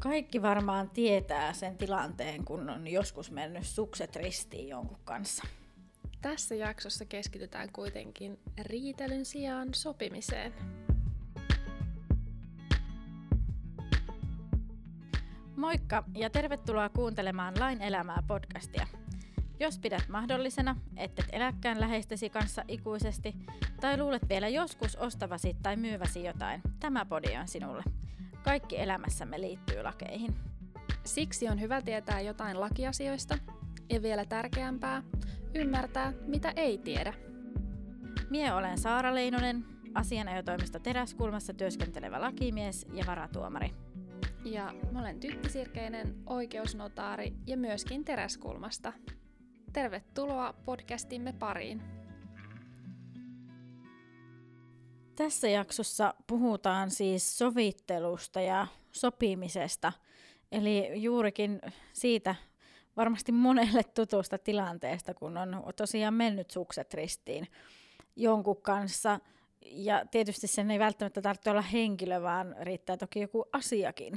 Kaikki varmaan tietää sen tilanteen, kun on joskus mennyt sukset ristiin jonkun kanssa. Tässä jaksossa keskitytään kuitenkin riitelyn sijaan sopimiseen. Moikka ja tervetuloa kuuntelemaan Lain elämää podcastia. Jos pidät mahdollisena, ettet eläkään läheistesi kanssa ikuisesti, tai luulet vielä joskus ostavasi tai myyväsi jotain, tämä podi on sinulle. Kaikki elämässämme liittyy lakeihin. Siksi on hyvä tietää jotain lakiasioista ja vielä tärkeämpää, ymmärtää mitä ei tiedä. Mie olen Saara Leinonen, asianajotoimisto Teräskulmassa työskentelevä lakimies ja varatuomari. Ja mä olen Tytti Sirkeinen, oikeusnotaari ja myöskin Teräskulmasta. Tervetuloa podcastimme pariin. Tässä jaksossa puhutaan siis sovittelusta ja sopimisesta, eli juurikin siitä varmasti monelle tutusta tilanteesta, kun on tosiaan mennyt sukset ristiin jonkun kanssa. Ja tietysti sen ei välttämättä tarvitse olla henkilö, vaan riittää toki joku asiakin,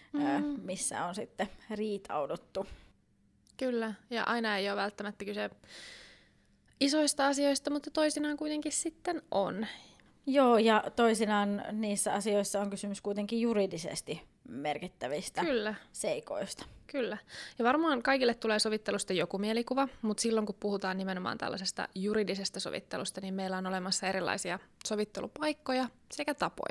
missä on sitten riitauduttu. Kyllä, ja aina ei ole välttämättä kyse isoista asioista, mutta toisinaan kuitenkin sitten on. Joo, ja toisinaan niissä asioissa on kysymys kuitenkin juridisesti merkittävistä seikoista. Kyllä. Ja varmaan kaikille tulee sovittelusta joku mielikuva, mutta silloin kun puhutaan nimenomaan tällaisesta juridisesta sovittelusta, niin meillä on olemassa erilaisia sovittelupaikkoja sekä tapoja.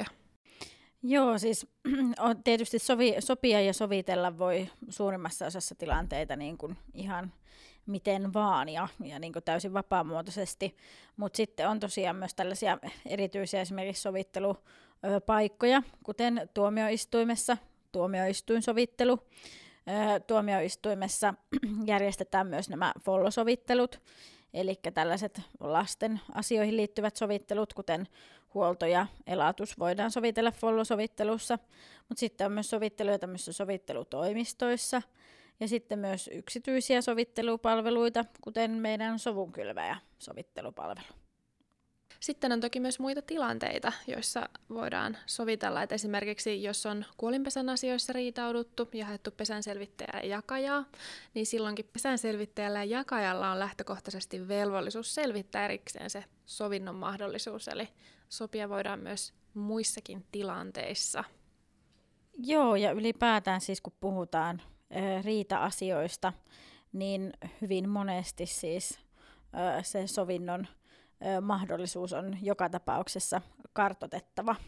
Joo, siis on tietysti sopia ja sovitella voi suurimmassa osassa tilanteita niin kuin ihan miten vaan ja niin kuin täysin vapaamuotoisesti, mutta sitten on tosiaan myös tällaisia erityisiä esimerkiksi sovittelupaikkoja, kuten tuomioistuimessa, tuomioistuinsovittelu. Tuomioistuimessa järjestetään myös nämä follosovittelut, eli tällaiset lasten asioihin liittyvät sovittelut, kuten huolto ja elatus voidaan sovitella follosovittelussa, mutta sitten on myös sovitteluja tämmöisissä sovittelutoimistoissa ja sitten myös yksityisiä sovittelupalveluita, kuten meidän sovunkylväjä sovittelupalvelu. Sitten on toki myös muita tilanteita, joissa voidaan sovitella, että esimerkiksi jos on kuolinpesän asioissa riitauduttu ja haettu pesänselvittäjää ja jakajaa, niin silloinkin pesänselvittäjällä ja jakajalla on lähtökohtaisesti velvollisuus selvittää erikseen se sovinnon mahdollisuus, eli sopia voidaan myös muissakin tilanteissa. Joo, ja ylipäätään siis kun puhutaan riita-asioista, niin hyvin monesti siis se sovinnon mahdollisuus on joka tapauksessa kartoitettava.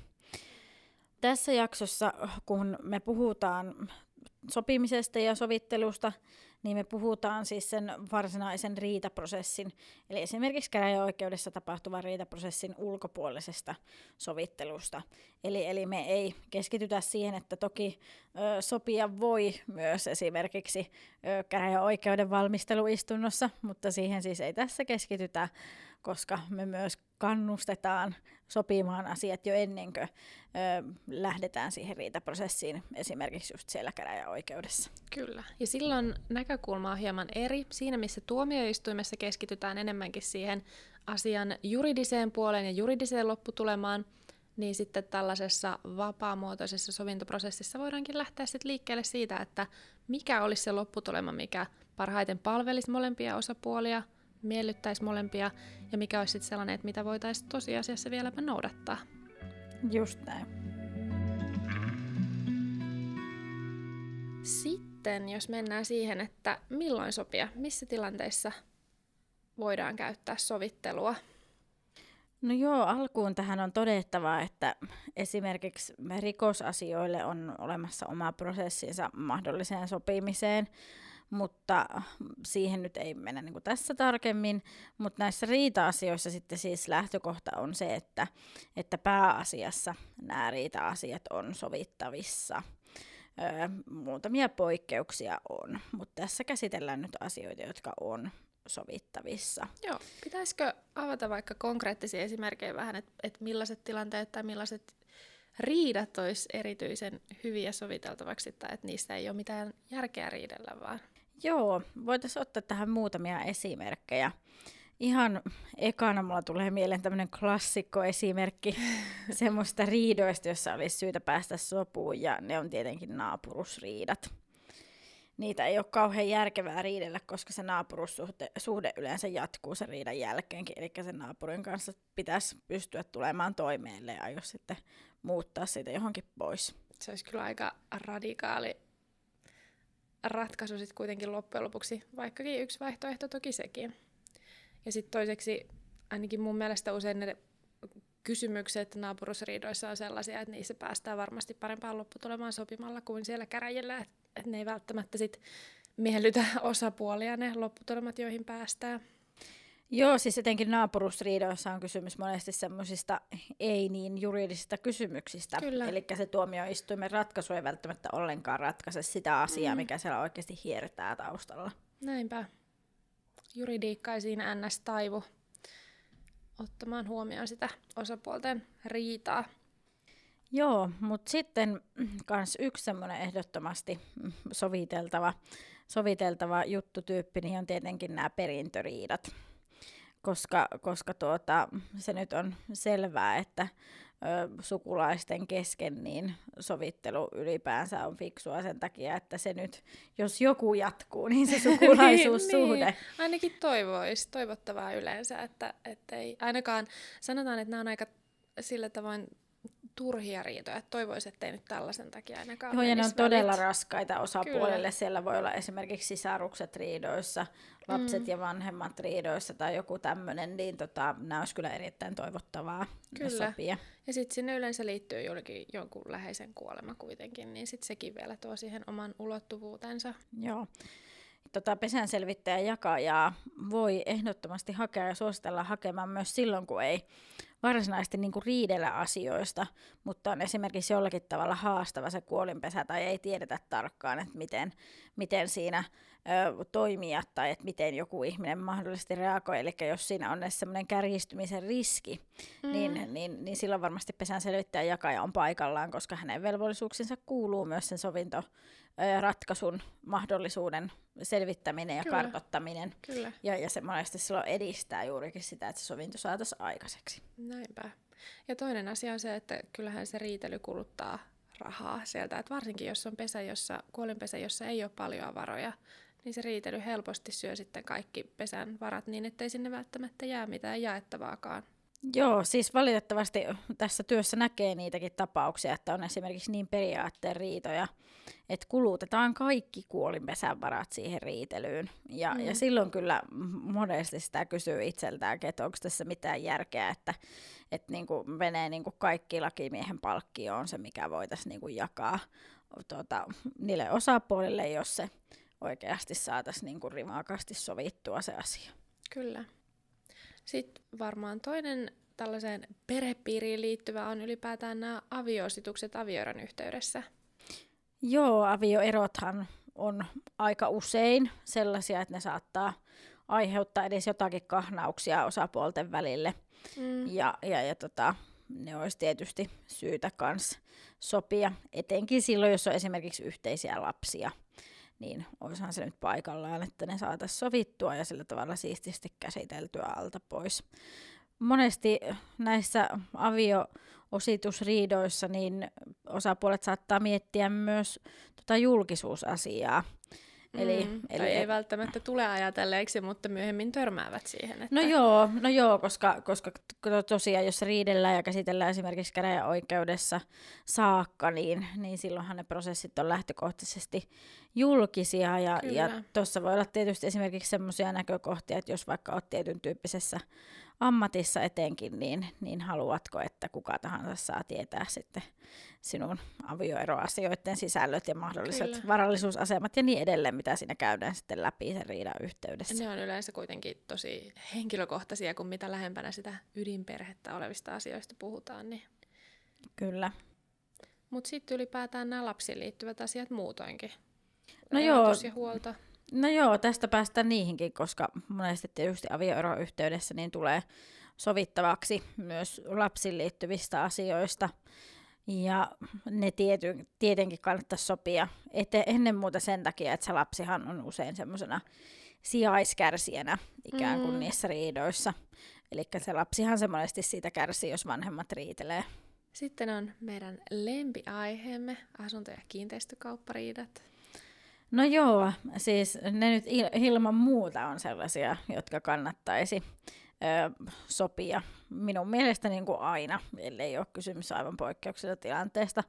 Tässä jaksossa, kun me puhutaan sopimisesta ja sovittelusta, niin me puhutaan siis sen varsinaisen riitaprosessin, eli esimerkiksi käräjäoikeudessa tapahtuvan riitaprosessin ulkopuolisesta sovittelusta. Eli me ei keskitytä siihen, että toki sopia voi myös esimerkiksi käräjäoikeuden valmisteluistunnossa, mutta siihen siis ei tässä keskitytä, koska me myös kannustetaan sopimaan asiat jo ennen kuin lähdetään siihen riitaprosessiin, esimerkiksi just siellä käräjäoikeudessa. Kyllä, ja silloin näkökulma on hieman eri. Siinä, missä tuomioistuimessa keskitytään enemmänkin siihen asian juridiseen puoleen ja juridiseen lopputulemaan, niin sitten tällaisessa vapaamuotoisessa sovintoprosessissa voidaankin lähteä sitten liikkeelle siitä, että mikä olisi se lopputulema, mikä parhaiten palvelisi molempia osapuolia, miellyttäisi molempia, ja mikä olisi sitten sellainen, että mitä voitaisiin tosiasiassa vieläpä noudattaa. Just näin. Sitten, jos mennään siihen, että milloin sopia, missä tilanteissa voidaan käyttää sovittelua? No joo, alkuun tähän on todettava, että esimerkiksi rikosasioille on olemassa oma prosessinsa mahdolliseen sopimiseen, mutta siihen nyt ei mennä niin kuin tässä tarkemmin, mutta näissä riita-asioissa sitten siis lähtökohta on se, että pääasiassa nämä riita-asiat on sovittavissa. Muutamia poikkeuksia on, mutta tässä käsitellään nyt asioita, jotka on sovittavissa. Joo, pitäisikö avata vaikka konkreettisia esimerkkejä vähän, että millaiset tilanteet tai millaiset riidat olisi erityisen hyviä soviteltavaksi, tai että niistä ei ole mitään järkeä riidellä vaan? Joo, voitaisiin ottaa tähän muutamia esimerkkejä. Ihan ekana mulla tulee mieleen tämmöinen klassikkoesimerkki semmoista riidoista, jossa olisi syytä päästä sopuun, ja ne on tietenkin naapurusriidat. Niitä ei ole kauhean järkevää riidellä, koska se naapurussuhde yleensä jatkuu sen riidan jälkeenkin, eli sen naapurin kanssa pitäisi pystyä tulemaan toimeen, ja jos sitten muuttaa siitä johonkin pois. Se olisi kyllä aika radikaali ratkaisu sitten kuitenkin loppujen lopuksi, vaikkakin yksi vaihtoehto toki sekin. Ja sitten toiseksi, ainakin mun mielestä usein ne kysymykset naapurusriidoissa on sellaisia, että niissä päästään varmasti parempaan lopputulemaan sopimalla kuin siellä käräjillä, että ne ei välttämättä sit miellytä osapuolia ne lopputulemat, joihin päästään. Joo, siis etenkin naapurusriidoissa on kysymys monesti semmoisista ei niin juridisista kysymyksistä. Eli se tuomioistuimen ratkaisu ei välttämättä ollenkaan ratkaise sitä asiaa, mikä siellä oikeasti hiertää taustalla. Näinpä. Juridiikka ei siinä ns. Taivu ottamaan huomioon sitä osapuolten riitaa. Joo, mutta sitten kans yksi semmoinen ehdottomasti soviteltava juttutyyppi niin on tietenkin nämä perintöriidat. Koska se nyt on selvää, että sukulaisten kesken niin sovittelu ylipäänsä on fiksua sen takia, että se nyt, jos joku jatkuu, niin se sukulaisuussuhde. niin, ainakin toivottavaa yleensä, että ei ainakaan, sanotaan, että nämä on aika sillä tavoin turhia riitoja, että toivoisi, ettei nyt tällaisen takia ainakaan. Joo, ja ne on todella raskaita osapuolelle. Kyllä. Siellä voi olla esimerkiksi sisarukset riidoissa, lapset ja vanhemmat riidoissa tai joku tämmöinen, niin nämä olisi kyllä erittäin toivottavaa sopia. Ja sitten sinne yleensä liittyy jonkun läheisen kuolema kuitenkin, niin sitten sekin vielä tuo siihen oman ulottuvuutensa. Joo. Pesänselvittäjän jakajaa voi ehdottomasti hakea ja suositella hakemaan myös silloin, kun ei varsinaisesti niin kuin riidellä asioista, mutta on esimerkiksi jollakin tavalla haastava se kuolinpesä tai ei tiedetä tarkkaan, että miten siinä toimia tai että miten joku ihminen mahdollisesti reagoi. Eli jos siinä on semmoinen kärjistymisen riski, niin silloin varmasti pesänselvittäjän jakaja on paikallaan, koska hänen velvollisuuksinsa kuuluu myös sen sovintoratkaisun mahdollisuuden selvittäminen ja kartoittaminen. Kyllä. Ja se monesti silloin edistää juurikin sitä, että se sovinto saataisiin aikaiseksi. Näinpä. Ja toinen asia on se, että kyllähän se riitely kuluttaa rahaa sieltä. Että varsinkin jos on kuolinpesä, jossa ei ole paljon varoja, niin se riitely helposti syö sitten kaikki pesän varat niin, ettei sinne välttämättä jää mitään jaettavaakaan. Joo, siis valitettavasti tässä työssä näkee niitäkin tapauksia, että on esimerkiksi niin periaatteen riitoja, että kulutetaan kaikki kuolinpesän varat siihen riitelyyn. Ja silloin kyllä monesti sitä kysyy itseltään, että onko tässä mitään järkeä, että niinku menee niinku kaikki lakimiehen palkkio on se, mikä voitaisiin niinku jakaa niille osapuolille, jos se oikeasti saataisiin niinku rivakasti sovittua se asia. Kyllä. Sitten varmaan toinen tällaiseen perhepiiriin liittyvä on ylipäätään nämä avioositukset avioeron yhteydessä. Joo, avioerothan on aika usein sellaisia, että ne saattaa aiheuttaa edes jotakin kahnauksia osapuolten välille. Ja ne olisi tietysti syytä kans sopia, etenkin silloin, jos on esimerkiksi yhteisiä lapsia. Niin olisihan se nyt paikallaan, että ne saataisiin sovittua ja sillä tavalla siististi käsiteltyä alta pois. Monesti näissä avio-ositusriidoissa niin osapuolet saattaa miettiä myös julkisuusasiaa. Eli ei välttämättä tule ajatelleeksi, mutta myöhemmin törmäävät siihen. Että... No joo, koska tosiaan jos riidellään ja käsitellään esimerkiksi käräjäoikeudessa saakka, niin silloinhan ne prosessit on lähtökohtaisesti julkisia. Ja tuossa voi olla tietysti esimerkiksi sellaisia näkökohtia, että jos vaikka olet tietyn tyyppisessä ammatissa etenkin, niin haluatko, että kuka tahansa saa tietää sitten sinun avioeroasioiden sisällöt ja mahdolliset varallisuusasemat ja niin edelleen, mitä siinä käydään sitten läpi sen riidan yhteydessä. Ne on yleensä kuitenkin tosi henkilökohtaisia, kun mitä lähempänä sitä ydinperhettä olevista asioista puhutaan. Niin. Kyllä. Mutta sitten ylipäätään nämä lapsiin liittyvät asiat muutoinkin. No Ajatus ja huolto. No joo, tästä päästään niihinkin, koska monesti tietysti avioeron yhteydessä niin tulee sovittavaksi myös lapsiin liittyvistä asioista. Ja ne tietenkin kannattaisi sopia ennen muuta sen takia, että se lapsihan on usein semmoisena sijaiskärsijänä ikään kuin niissä riidoissa. Eli se lapsihan se monesti siitä kärsii, jos vanhemmat riitelee. Sitten on meidän lempiaiheemme, asunto- ja kiinteistökauppariidat. No joo, siis ne nyt ilman muuta on sellaisia, jotka kannattaisi sopia. Minun mielestä niin kuin aina, ellei ole kysymys aivan poikkeuksellisesta tilanteesta.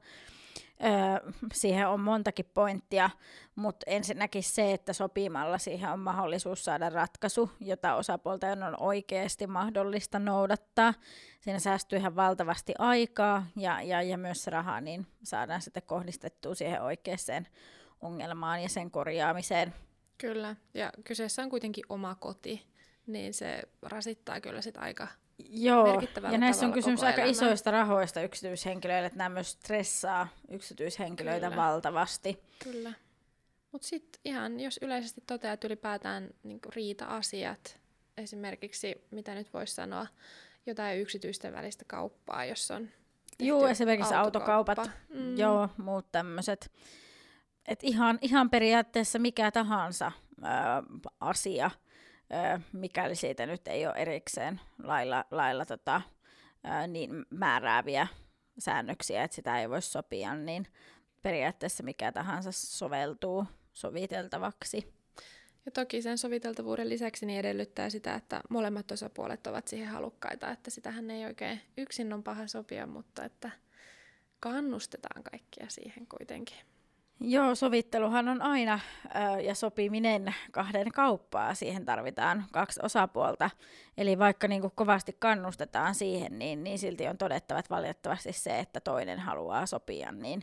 Siihen on montakin pointtia, mutta ensinnäkin se, että sopimalla siihen on mahdollisuus saada ratkaisu, jota osapuolten on oikeasti mahdollista noudattaa. Siinä säästyy ihan valtavasti aikaa ja myös rahaa, niin saadaan sitten kohdistettua siihen oikeaan ongelmaan ja sen korjaamiseen. Kyllä, ja kyseessä on kuitenkin oma koti, niin se rasittaa kyllä sit aika merkittävällä ja näissä on tavalla kysymys koko aika elämää. isoista rahoista yksityishenkilöille, että nämä myös stressaa yksityishenkilöitä Kyllä. valtavasti. Kyllä. Mutta sitten ihan, jos yleisesti toteat ylipäätään niinku riita-asiat, esimerkiksi, mitä nyt voisi sanoa, jotain yksityisten välistä kauppaa, jos on Joo, esimerkiksi autokaupat, muut tämmöiset. Et ihan periaatteessa mikä tahansa asia, mikäli siitä nyt ei ole erikseen lailla niin määrääviä säännöksiä, että sitä ei voi sopia, niin periaatteessa mikä tahansa soveltuu soviteltavaksi. Ja toki sen soviteltavuuden lisäksi niin edellyttää sitä, että molemmat osapuolet ovat siihen halukkaita, että sitähän ei oikein yksin on paha sopia, mutta että kannustetaan kaikkia siihen kuitenkin. Joo, sovitteluhan on aina ja sopiminen kahden kauppaa. Siihen tarvitaan kaksi osapuolta. Eli vaikka niin kuin kovasti kannustetaan siihen, niin silti on todettava, että valitettavasti se, että toinen haluaa sopia, niin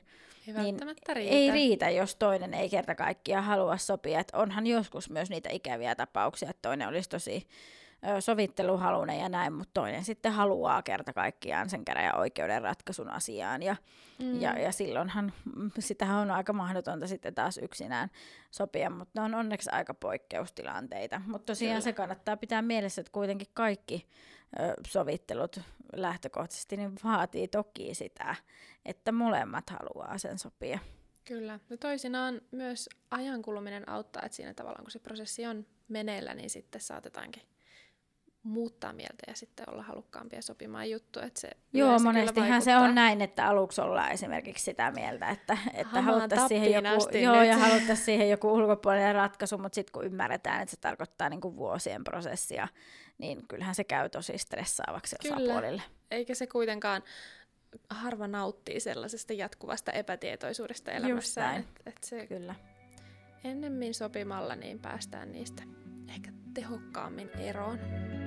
ei riitä, jos toinen ei kerta kaikkiaan halua sopia. Et onhan joskus myös niitä ikäviä tapauksia, että toinen olisi tosi sovitteluhaluinen ja näin, mutta toinen sitten haluaa kerta kaikkiaan sen käräjäoikeuden ratkaisun asiaan. Ja silloinhan sitähän on aika mahdotonta sitten taas yksinään sopia, mutta ne on onneksi aika poikkeustilanteita. Mutta tosiaan se kannattaa pitää mielessä, että kuitenkin kaikki sovittelut lähtökohtaisesti niin vaatii toki sitä, että molemmat haluaa sen sopia. Kyllä. Ja toisinaan myös ajankuluminen auttaa, että siinä tavallaan kun se prosessi on meneillä, niin sitten saatetaankin muuttaa mieltä ja sitten olla halukkaampia sopimaan juttu. Että se monestihan se on näin, että aluksi ollaan esimerkiksi sitä mieltä, että haluttaisiin siihen joku ulkopuolinen ratkaisu, mutta sitten kun ymmärretään, että se tarkoittaa niin kuin vuosien prosessia, niin kyllähän se käy tosi stressaavaksi osapuolille. Eikä se kuitenkaan harva nauttii sellaisesta jatkuvasta epätietoisuudesta elämässään. Että se kyllä. Ennemmin sopimalla niin päästään niistä ehkä tehokkaammin eroon.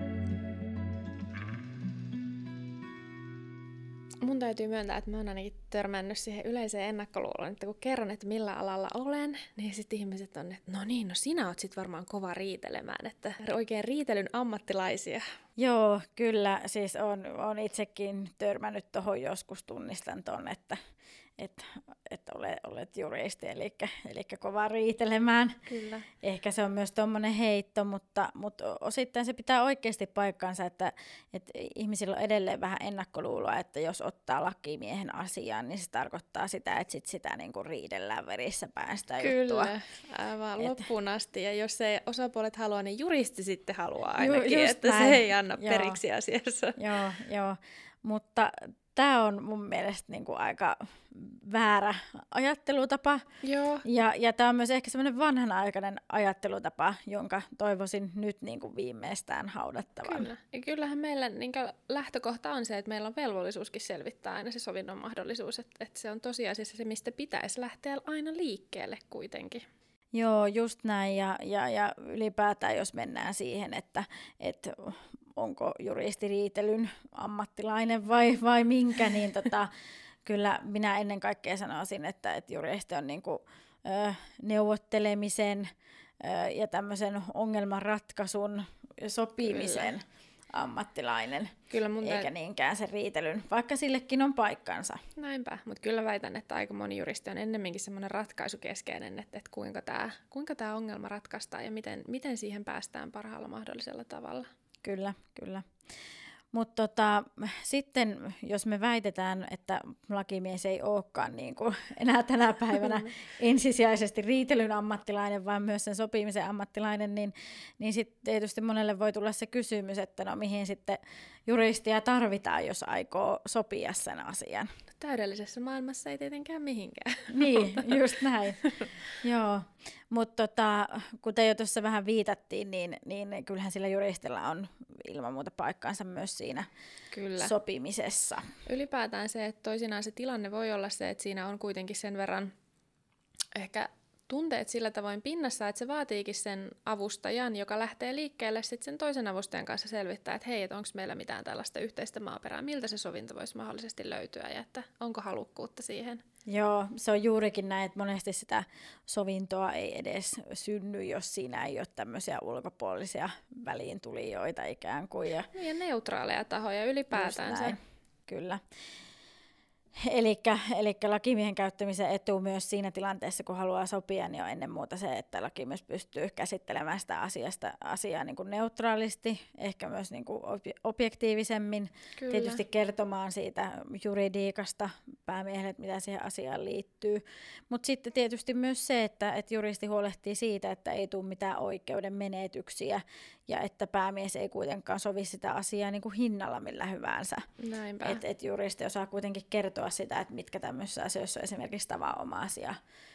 Mun täytyy myöntää, että mä oon ainakin törmännyt siihen yleiseen ennakkoluuloon, että kun kerron, että millä alalla olen, niin sitten ihmiset on, että no sinä oot sit varmaan kova riitelemään, että oikein riitelyn ammattilaisia. Joo, kyllä. Siis on itsekin törmännyt tuohon joskus, tunnistan ton, että olet juristi, eli kova riitelemään. Kyllä. Ehkä se on myös tuommoinen heitto, mutta osittain se pitää oikeasti paikkansa, että ihmisillä on edelleen vähän ennakkoluuloa, että jos ottaa lakimiehen asiaan, niin se tarkoittaa sitä, että sitä niin kuin riidellään verissä päin sitä juttua. Kyllä, aivan loppuun asti. Ja jos ei osapuolet halua, niin juristi sitten haluaa ainakin, että näin. Se ei anna periksi asiassa. Joo. Mutta tämä on mun mielestä niinku aika väärä ajattelutapa. Joo. Ja tämä on myös ehkä semmoinen vanhanaikainen ajattelutapa, jonka toivoisin nyt niinku viimeistään haudattavan. Kyllä. Ja kyllähän meillä niinku lähtökohta on se, että meillä on velvollisuuskin selvittää aina se sovinnon mahdollisuus. Että se on tosiasiassa se, mistä pitäisi lähteä aina liikkeelle kuitenkin. Joo, just näin. Ja ylipäätään, jos mennään siihen, että onko juristi riitelyn ammattilainen vai minkä, niin kyllä minä ennen kaikkea sanoisin, että juristi on niinku, neuvottelemisen ja tämmöisen ongelmanratkaisun sopimisen ammattilainen, eikä niinkään sen riitelyn, vaikka sillekin on paikkansa. Näinpä, mutta kyllä väitän, että aika moni juristi on ennemminkin semmoinen ratkaisukeskeinen, että kuinka tämä ongelma ratkaistaan ja miten siihen päästään parhaalla mahdollisella tavalla. Kyllä. Mutta sitten jos me väitetään, että lakimies ei olekaan niin kuin enää tänä päivänä ensisijaisesti riitelyn ammattilainen, vaan myös sen sopimisen ammattilainen, niin sitten tietysti monelle voi tulla se kysymys, että no mihin sitten juristia tarvitaan, jos aikoo sopia sen asian. Täydellisessä maailmassa ei tietenkään mihinkään. Niin, just näin. Joo, mutta kuten jo tuossa vähän viitattiin, niin kyllähän sillä juristilla on ilman muuta paikkaansa myös siinä Kyllä. sopimisessa. Ylipäätään se, että toisinaan se tilanne voi olla se, että siinä on kuitenkin sen verran ehkä tunteet sillä tavoin pinnassa, että se vaatiikin sen avustajan, joka lähtee liikkeelle sitten sen toisen avustajan kanssa selvittää, että hei, että onko meillä mitään tällaista yhteistä maaperää, miltä se sovinto voisi mahdollisesti löytyä ja että onko halukkuutta siihen. Joo, se on juurikin näin, että monesti sitä sovintoa ei edes synny, jos siinä ei ole tämmöisiä ulkopuolisia väliintulijoita ikään kuin. Ja neutraaleja tahoja ylipäätänsä. Kyllä. Elikkä lakimiehen käyttämisen etu myös siinä tilanteessa, kun haluaa sopia, niin on ennen muuta se, että lakimies pystyy käsittelemään sitä asiaa niin kuin neutraalisti, ehkä myös niin kuin objektiivisemmin. Kyllä. Tietysti kertomaan siitä juridiikasta päämiehelle, mitä siihen asiaan liittyy. Mutta sitten tietysti myös se, että juristi huolehtii siitä, että ei tule mitään oikeuden menetyksiä ja että päämies ei kuitenkaan sovi sitä asiaa niin kuin hinnalla millä hyvänsä. Että juristi osaa kuitenkin kertoa sitä, että mitkä tämmöisissä asioissa on esimerkiksi tavanomaisia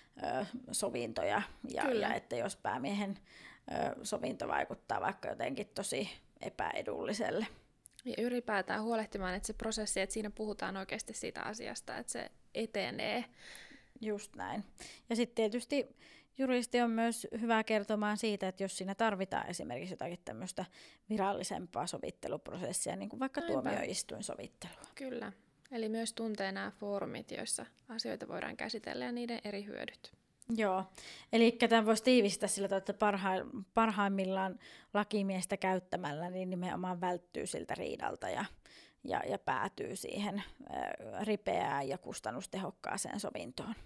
sovintoja ja että jos päämiehen sovinto vaikuttaa vaikka jotenkin tosi epäedulliselle. Ja ylipäätään huolehtimaan, että se prosessi, että siinä puhutaan oikeasti siitä asiasta, että se etenee. Just näin. Ja sitten tietysti juristi on myös hyvä kertomaan siitä, että jos siinä tarvitaan esimerkiksi jotakin tämmöistä virallisempaa sovitteluprosessia, niin kuin vaikka tuomioistuinsovittelua. Kyllä. Eli myös tuntee nämä foorumit, joissa asioita voidaan käsitellä ja niiden eri hyödyt. Joo, eli tämän voisi tiivistää sillä tavalla, että parhaimmillaan lakimiestä käyttämällä niin nimenomaan välttyy siltä riidalta ja päätyy siihen ripeään ja kustannustehokkaaseen sovintoon.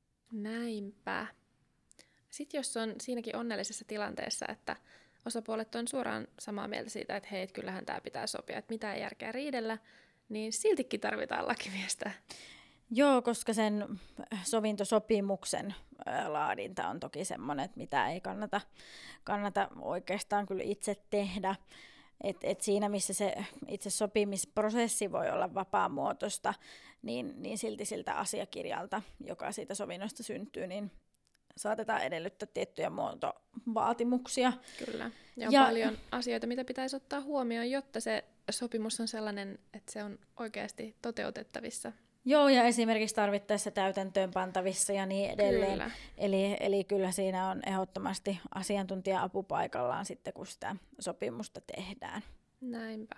Näinpä. Sitten jos on siinäkin onnellisessa tilanteessa, että osapuolet on suoraan samaa mieltä siitä, että hei, et kyllähän tämä pitää sopia, että mitään järkeä riidellä, niin siltikin tarvitaan lakimiestä. Joo, koska sen sovintosopimuksen laadinta on toki semmoinen, että mitä ei kannata oikeastaan kyllä itse tehdä. Et siinä, missä se itse sopimisprosessi voi olla vapaamuotoista, niin silti siltä asiakirjalta, joka siitä sovinnosta syntyy, niin saatetaan edellyttää tiettyjä muotovaatimuksia. Kyllä. Ja on paljon asioita, mitä pitäisi ottaa huomioon, jotta se sopimus on sellainen, että se on oikeasti toteutettavissa. Joo, ja esimerkiksi tarvittaessa täytäntöön pantavissa ja niin edelleen. Kyllä. Eli kyllä siinä on ehdottomasti asiantuntija-apu paikallaan sitten, kun sitä sopimusta tehdään. Näinpä.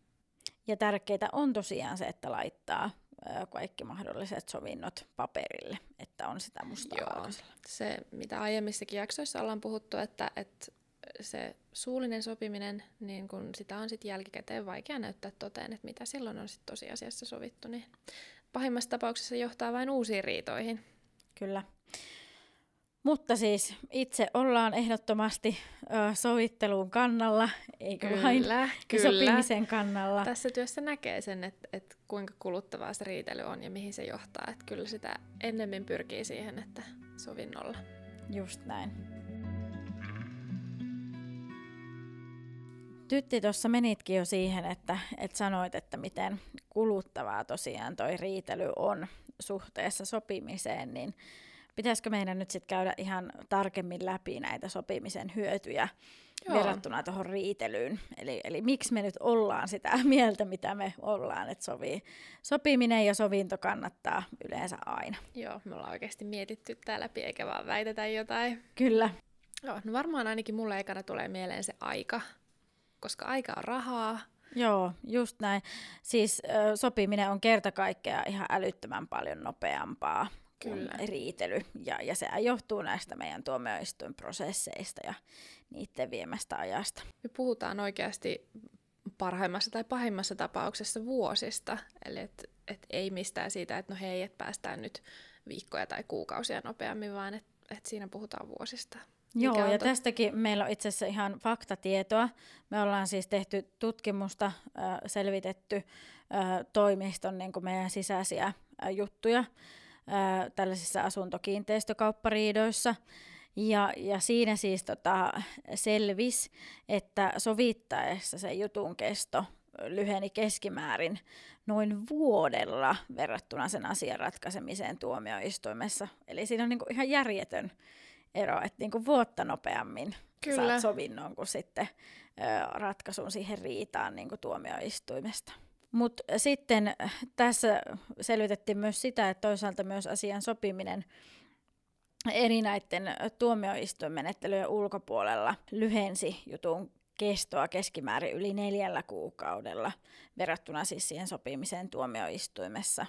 Ja tärkeää on tosiaan se, että laittaa kaikki mahdolliset sovinnot paperille, että on sitä mustaa valkoisella. Se, mitä aiemmissakin jaksoissa ollaan puhuttu, että se suullinen sopiminen, niin kun sitä on sitten jälkikäteen vaikea näyttää toteen, että mitä silloin on sitten tosiasiassa sovittu, niin pahimmassa tapauksessa johtaa vain uusiin riitoihin. Kyllä. Mutta siis itse ollaan ehdottomasti sovittelun kannalla, eikö vain sopimisen kannalla. Tässä työssä näkee sen, että kuinka kuluttavaa se riitely on ja mihin se johtaa. Että kyllä sitä ennemmin pyrkii siihen, että sovinnolla. Just näin. Tytti, tuossa menitkin jo siihen, että sanoit, että miten kuluttavaa tosiaan toi riitely on suhteessa sopimiseen, niin pitäisikö meidän nyt sitten käydä ihan tarkemmin läpi näitä sopimisen hyötyjä verrattuna tuohon riitelyyn? Eli miksi me nyt ollaan sitä mieltä, mitä me ollaan, että sopiminen ja sovinto kannattaa yleensä aina. Joo, me ollaan oikeasti mietitty tää läpi, eikä vaan väitetä jotain. Kyllä. Joo, no varmaan ainakin mulle ekana tulee mieleen se aika, koska aika on rahaa. Joo, just näin. Siis sopiminen on kerta kaikkiaan ihan älyttömän paljon nopeampaa kuin riitely. Ja se johtuu näistä meidän tuomioistuinprosesseista ja niiden viemästä ajasta. Me puhutaan oikeasti parhaimmassa tai pahimmassa tapauksessa vuosista. Eli et ei mistään siitä, että no hei, että päästään nyt viikkoja tai kuukausia nopeammin, vaan että siinä puhutaan vuosista. Joo, ja tästäkin meillä on itse asiassa ihan faktatietoa. Me ollaan siis tehty tutkimusta, selvitetty toimiston niin kuin meidän sisäisiä juttuja tällaisissa asuntokiinteistökauppariidoissa. Ja siinä siis selvisi, että sovittaessa se jutun kesto lyheni keskimäärin noin vuodella verrattuna sen asian ratkaisemiseen tuomioistuimessa. Eli siinä on niin kuin ihan järjetön ero, että niin kuin vuotta nopeammin saat sovinnon kuin sitten ratkaisun siihen riitaan niin kuin tuomioistuimesta. Mutta sitten tässä selvitettiin myös sitä, että toisaalta myös asian sopiminen eri näiden tuomioistuinmenettelyjen ulkopuolella lyhensi jutun kestoa keskimäärin yli 4 kuukaudella verrattuna siis siihen sopimiseen tuomioistuimessa.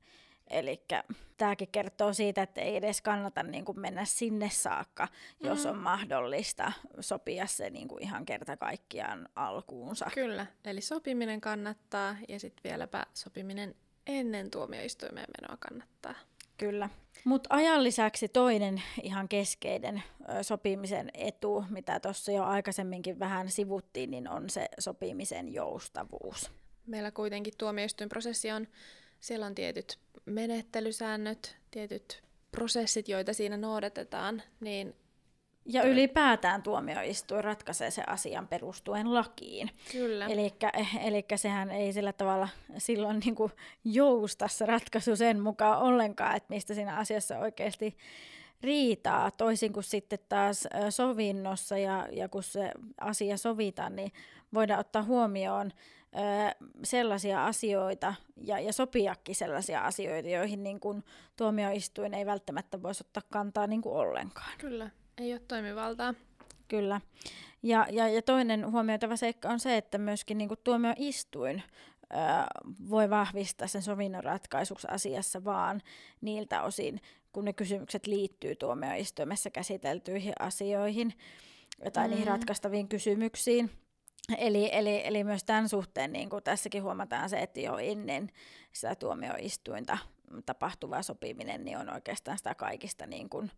Eli tämäkin kertoo siitä, että ei edes kannata niin kuin mennä sinne saakka, jos on mahdollista sopia se niin kuin ihan kerta kaikkiaan alkuunsa. Kyllä, eli sopiminen kannattaa ja sitten vieläpä sopiminen ennen tuomioistuimeen menoa kannattaa. Kyllä. Mutta ajan lisäksi toinen ihan keskeinen sopimisen etu, mitä tuossa jo aikaisemminkin vähän sivuttiin, niin on se sopimisen joustavuus. Meillä kuitenkin tuomioistuinprosessi on, siellä on tietyt menettelysäännöt, tietyt prosessit, joita siinä noudatetaan. Niin ja ylipäätään tuomioistuin ratkaisee sen asian perustuen lakiin. Kyllä. Elikkä sehän ei sillä tavalla silloin niin kuin jousta se ratkaisu sen mukaan ollenkaan, että mistä siinä asiassa oikeasti riitaa. Toisin kuin sitten taas sovinnossa ja kun se asia sovitaan, niin voidaan ottaa huomioon sellaisia asioita ja sopiakin sellaisia asioita, joihin niin kuin tuomioistuin ei välttämättä voisi ottaa kantaa niin kuin ollenkaan. Kyllä, ei ole toimivaltaa. Kyllä. Ja toinen huomioitava seikka on se, että myöskin niin kuin tuomioistuin voi vahvistaa sen sovinnon ratkaisuksi asiassa vaan niiltä osin, kun ne kysymykset liittyy tuomioistuimessa käsiteltyihin asioihin tai niihin ratkaistaviin kysymyksiin. Eli myös tämän suhteen niin kuin tässäkin huomataan se, että jo ennen sitä tuomioistuinta tapahtuva sopiminen niin on oikeastaan sitä kaikista niin kuin,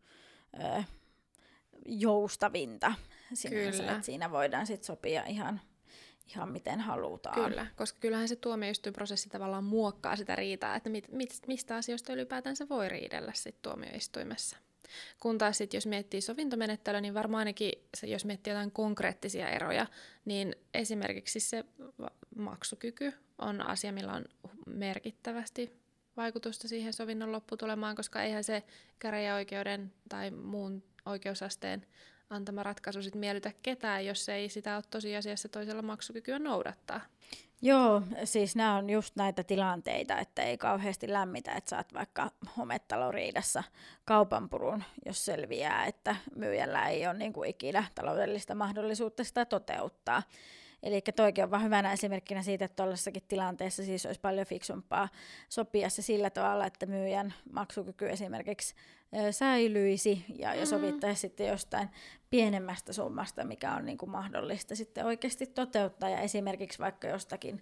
joustavinta sinänsä, että siinä voidaan sit sopia ihan miten halutaan. Kyllä, koska kyllähän se tuomioistuinprosessi tavallaan muokkaa sitä riitaa, että mistä asioista ylipäätänsä voi riidellä sit tuomioistuimessa. Kun taas sit, jos miettii sovintomenettelyä, niin varmaan ainakin, jos miettii jotain konkreettisia eroja, niin esimerkiksi se maksukyky on asia, millä on merkittävästi vaikutusta siihen sovinnon lopputulemaan, koska eihän se käräjäoikeuden tai muun oikeusasteen antama ratkaisu sit miellytä ketään, jos ei sitä ole tosiasiassa toisella maksukykyä noudattaa. Joo, siis nämä on just näitä tilanteita, että ei kauheasti lämmitä, että saat vaikka hometaloriidassa kaupanpurun, jos selviää, että myyjällä ei ole niin kuin ikinä taloudellista mahdollisuutta sitä toteuttaa. Eli toikin on vaan hyvänä esimerkkinä siitä, että tuollaisessakin tilanteessa siis olisi paljon fiksumpaa sopia se sillä tavalla, että myyjän maksukyky esimerkiksi säilyisi ja sovittaisi sitten jostain pienemmästä summasta, mikä on niin kuin mahdollista sitten oikeasti toteuttaa ja esimerkiksi vaikka jostakin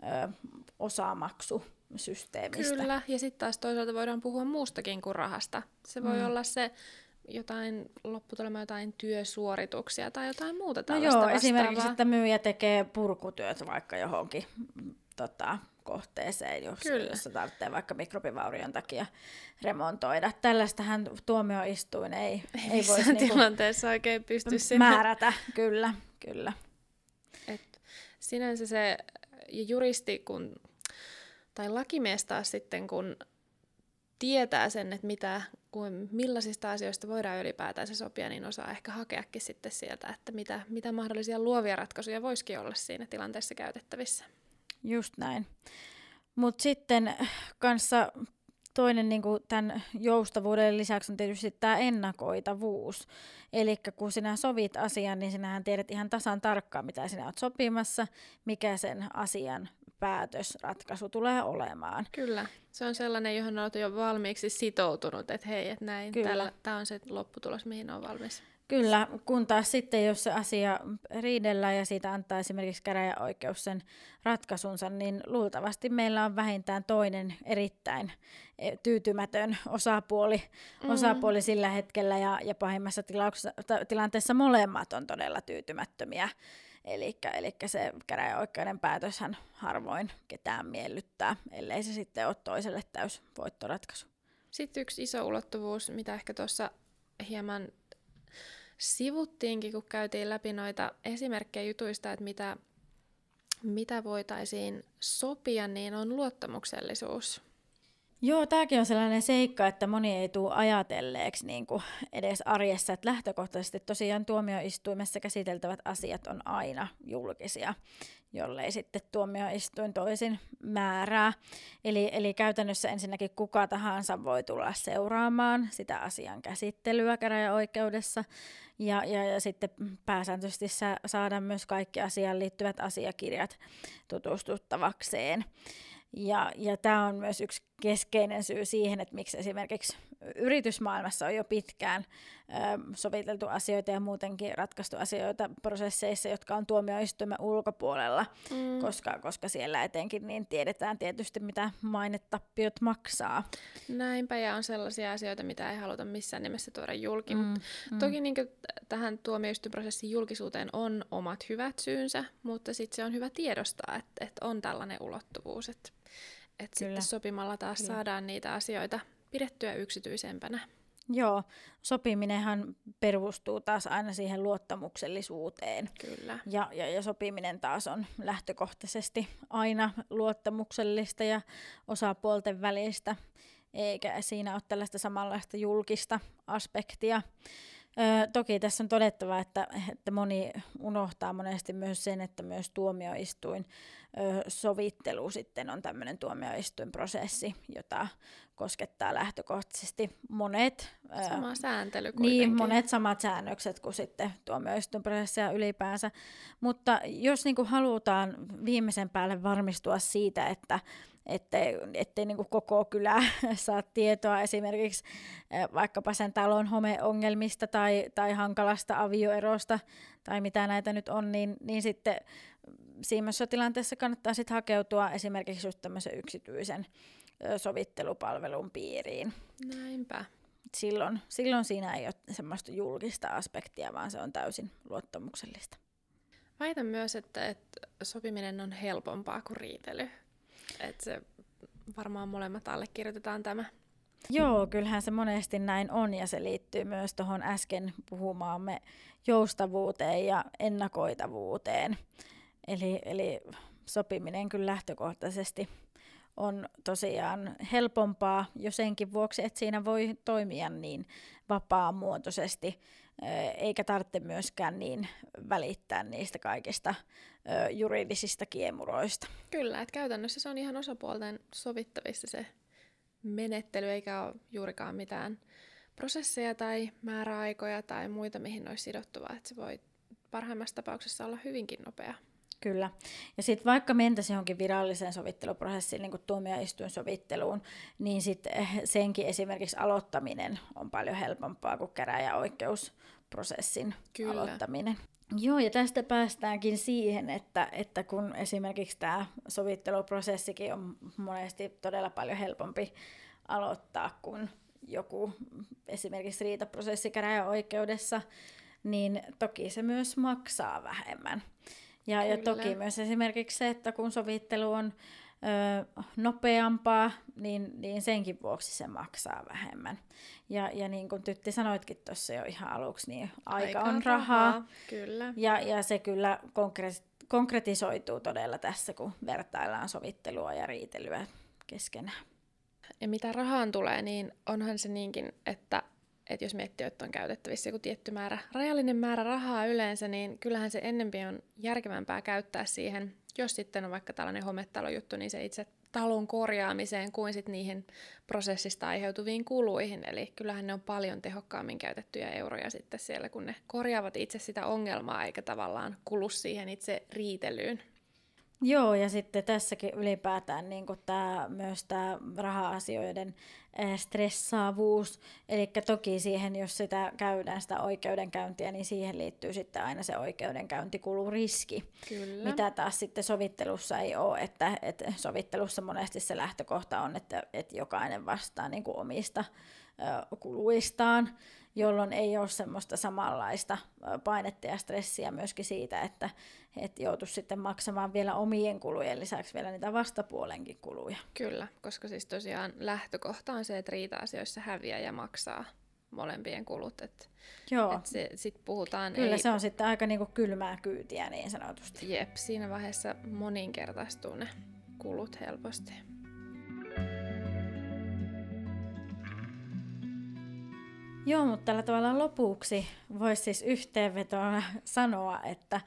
osamaksusysteemistä. Kyllä, ja sitten taas toisaalta voidaan puhua muustakin kuin rahasta. Se voi olla se jotain lopputulema, jotain työsuorituksia tai jotain muuta tällaista vastaavaa. Esimerkiksi, että myyjä tekee purkutyöt vaikka johonkin kohteeseen, jossa tarvitsee vaikka mikrobivaurion takia remontoida. Tällaistähän tuomioistuin ei voisi tilanteessa oikein pysty määrätä. Kyllä. Et sinänsä se juristi tai lakimies taas sitten, kun tietää sen, että millaisista asioista voidaan ylipäätään se sopia, niin osaa ehkä hakeakin sitten sieltä, että mitä mahdollisia luovia ratkaisuja voisikin olla siinä tilanteessa käytettävissä. Just näin. Mutta sitten kanssa toinen niin kuin tämän joustavuuden lisäksi on tietysti tämä ennakoitavuus. Eli kun sinä sovit asian, niin sinähän tiedät ihan tasan tarkkaan, mitä sinä olet sopimassa, mikä sen asian päätösratkaisu tulee olemaan. Kyllä. Se on sellainen, johon olet jo valmiiksi sitoutunut, että hei, että näin, tämä on se lopputulos, mihin on valmis. Kyllä, kun taas sitten, jos se asia riidellään ja siitä antaa esimerkiksi käräjäoikeus sen ratkaisunsa, niin luultavasti meillä on vähintään toinen erittäin tyytymätön osapuoli sillä hetkellä, ja pahimmassa tilanteessa molemmat on todella tyytymättömiä. Eli se käräjäoikeuden päätöshän harvoin ketään miellyttää, ellei se sitten ole toiselle täys voittoratkaisu. Sitten yksi iso ulottuvuus, mitä ehkä tuossa hieman sivuttiinkin, kun käytiin läpi noita esimerkkejä jutuista, että mitä voitaisiin sopia, niin on luottamuksellisuus. Joo, tämäkin on sellainen seikka, että moni ei tule ajatelleeksi niin kuin edes arjessa, että lähtökohtaisesti tosiaan tuomioistuimessa käsiteltävät asiat on aina julkisia, jollei sitten tuomioistuin toisin määrää. Eli käytännössä ensinnäkin kuka tahansa voi tulla seuraamaan sitä asian käsittelyä käräjäoikeudessa ja sitten pääsääntöisesti saada myös kaikki asiaan liittyvät asiakirjat tutustuttavakseen. Ja tämä on myös yksi keskeinen syy siihen, että miksi esimerkiksi yritysmaailmassa on jo pitkään soviteltu asioita ja muutenkin ratkaistu asioita prosesseissa, jotka on tuomioistuimen ulkopuolella, koska siellä etenkin niin tiedetään tietysti, mitä mainetappiot maksaa. Näinpä, ja on sellaisia asioita, mitä ei haluta missään nimessä tuoda julki. Toki niin tähän tuomioistuinprosessin julkisuuteen on omat hyvät syynsä, mutta sitten se on hyvä tiedostaa, että on tällainen ulottuvuus, että sitten sopimalla taas saadaan niitä asioita pidettyä yksityisempänä. Joo, sopiminenhan perustuu taas aina siihen luottamuksellisuuteen. Kyllä. Ja sopiminen taas on lähtökohtaisesti aina luottamuksellista ja osapuolten välistä, eikä siinä ole tällaista samanlaista julkista aspektia. Toki tässä on todettava, että moni unohtaa monesti myös sen, että myös tuomioistuin sovittelu sitten on tämmöinen tuomioistuinprosessi, jota koskettaa lähtökohtaisesti monet sama sääntely kuitenkin. Niin, monet samat säännökset kuin sitten tuomioistuinprosessia ylipäänsä. Mutta jos niin kuin halutaan viimeisen päälle varmistua siitä, ettei niin kuin koko kylä saa tietoa esimerkiksi vaikkapa sen talon homeongelmista tai hankalasta avioerosta tai mitä näitä nyt on, niin sitten siinä tilanteessa kannattaa sitten hakeutua esimerkiksi just tämmöisen yksityisen sovittelupalvelun piiriin. Näinpä. Silloin siinä ei ole semmoista julkista aspektia, vaan se on täysin luottamuksellista. Väitän myös, että sopiminen on helpompaa kuin riitely. Että se varmaan molemmat allekirjoitetaan tämä. Joo, kyllähän se monesti näin on, ja se liittyy myös tuohon äsken puhumaamme joustavuuteen ja ennakoitavuuteen. Eli sopiminen kyllä lähtökohtaisesti on tosiaan helpompaa jo senkin vuoksi, että siinä voi toimia niin vapaamuotoisesti, eikä tarvitse myöskään niin välittää niistä kaikista juridisista kiemuroista. Kyllä, että käytännössä se on ihan osapuolten sovittavissa se menettely, eikä ole juurikaan mitään prosesseja tai määräaikoja tai muita, mihin olisi sidottu, vaan että se voi parhaimmassa tapauksessa olla hyvinkin nopea. Kyllä. Ja sitten vaikka mentäisiin johonkin viralliseen sovitteluprosessiin, niin kuin tuomioistuinsovitteluun, niin sitten senkin esimerkiksi aloittaminen on paljon helpompaa kuin käräjäoikeusprosessin aloittaminen. Joo, ja tästä päästäänkin siihen, että kun esimerkiksi tämä sovitteluprosessikin on monesti todella paljon helpompi aloittaa kuin joku esimerkiksi riitaprosessi käräjäoikeudessa, niin toki se myös maksaa vähemmän. Ja toki myös esimerkiksi se, että kun sovittelu on nopeampaa, niin senkin vuoksi se maksaa vähemmän. Ja niin kuin Tytti sanoitkin tuossa jo ihan aluksi, niin aika on rahaa. Kyllä. Ja se kyllä konkretisoituu todella tässä, kun vertaillaan sovittelua ja riitelyä keskenään. Ja mitä rahaan tulee, niin onhan se niinkin, että jos miettii, että on käytettävissä joku tietty määrä, rajallinen määrä rahaa yleensä, niin kyllähän se ennempi on järkevämpää käyttää siihen, jos sitten on vaikka tällainen hometalojuttu, niin se itse talon korjaamiseen kuin sitten niihin prosessista aiheutuviin kuluihin. Eli kyllähän ne on paljon tehokkaammin käytettyjä euroja sitten siellä, kun ne korjaavat itse sitä ongelmaa, eikä tavallaan kulu siihen itse riitelyyn. Joo, ja sitten tässäkin ylipäätään niin myös tämä raha-asioiden stressaavuus. Eli toki siihen, jos sitä käydään sitä oikeudenkäyntiä, niin siihen liittyy sitten aina se oikeudenkäyntikuluriski. Kyllä. Mitä taas sitten sovittelussa ei ole, että sovittelussa monesti se lähtökohta on, että jokainen vastaa niin kuin omista kuluistaan, jolloin ei ole semmoista samanlaista painetta ja stressiä myöskin siitä, että joutuisi sitten maksamaan vielä omien kulujen lisäksi vielä niitä vastapuolenkin kuluja. Kyllä, koska siis tosiaan lähtökohta on se, että riita-asioissa häviää ja maksaa molempien kulut. Joo. Sitten puhutaan... Kyllä se on sitten aika niinku kylmää kyytiä niin sanotusti. Jep, siinä vaiheessa moninkertaistuu ne kulut helposti. Joo, mutta tällä tavalla lopuksi voisi siis yhteenvetona sanoa, että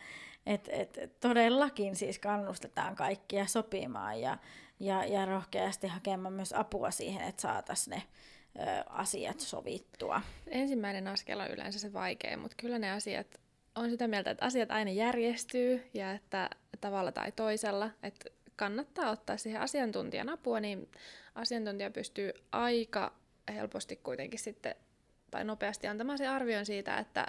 todellakin siis kannustetaan kaikkia sopimaan ja rohkeasti hakemaan myös apua siihen, että saataisiin ne asiat sovittua. Ensimmäinen askel on yleensä se vaikea, mutta kyllä ne asiat, on sitä mieltä, että asiat aina järjestyy ja että tavalla tai toisella, että kannattaa ottaa siihen asiantuntijan apua, niin asiantuntija pystyy aika helposti kuitenkin sitten tai nopeasti antamaan sen arvion siitä, että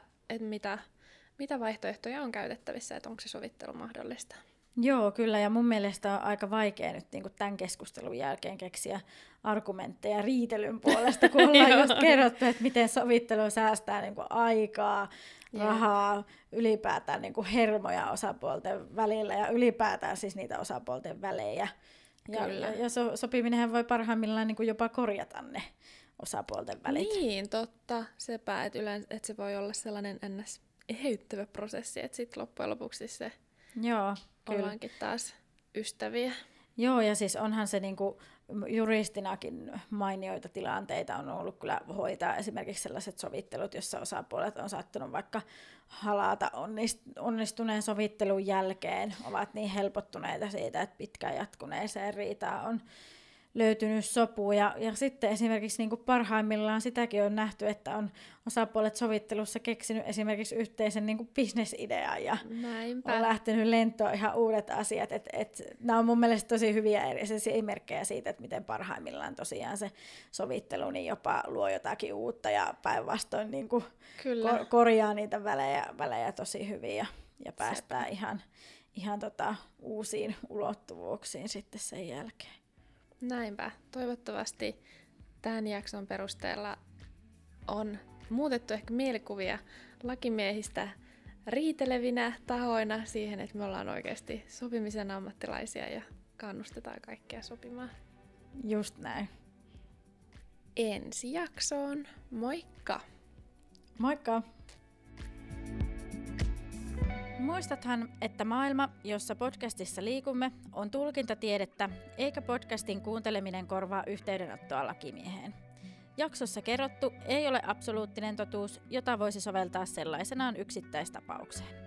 mitä vaihtoehtoja on käytettävissä, että onko se sovittelu mahdollista. Joo, kyllä, ja mun mielestä on aika vaikea nyt niin kuin tämän keskustelun jälkeen keksiä argumentteja riitelyn puolesta, kun ollaan just kerrottu, että miten sovittelu säästää niin kuin aikaa, rahaa, ylipäätään niin kuin hermoja osapuolten välillä ja ylipäätään siis niitä osapuolten välejä. Ja sopiminenhan voi parhaimmillaan niin kuin jopa korjata ne osapuolten välit. Niin, totta. Sepä, että yleensä että se voi olla sellainen eheyttävä prosessi, että sitten loppujen lopuksi se ollaankin taas ystäviä. Joo, ja siis onhan se niinku juristinakin mainioita tilanteita on ollut kyllä hoitaa esimerkiksi sellaiset sovittelut, jossa osapuolet on saattanut vaikka halata onnistuneen sovittelun jälkeen, ovat niin helpottuneita siitä, että pitkään jatkuneeseen riitaan on löytynyt sopu. Ja sitten esimerkiksi niin kuin parhaimmillaan sitäkin on nähty, että on osapuolet sovittelussa keksinyt esimerkiksi yhteisen niin kuin bisnesidean ja on lähtenyt lentoon ihan uudet asiat. Nämä on mun mielestä tosi hyviä esimerkkejä siitä, että miten parhaimmillaan tosiaan se sovittelu niin jopa luo jotakin uutta ja päinvastoin niin kuin korjaa niitä välejä tosi hyvin ja päästään ihan uusiin ulottuvuuksiin sitten sen jälkeen. Näinpä. Toivottavasti tämän jakson perusteella on muutettu ehkä mielikuvia lakimiehistä riitelevinä tahoina siihen, että me ollaan oikeasti sopimisen ammattilaisia ja kannustetaan kaikkia sopimaan. Just näin. Ensi jaksoon. Moikka! Moikka! Muistathan, että maailma, jossa podcastissa liikumme, on tulkintatiedettä, eikä podcastin kuunteleminen korvaa yhteydenottoa lakimieheen. Jaksossa kerrottu ei ole absoluuttinen totuus, jota voisi soveltaa sellaisenaan yksittäistapaukseen.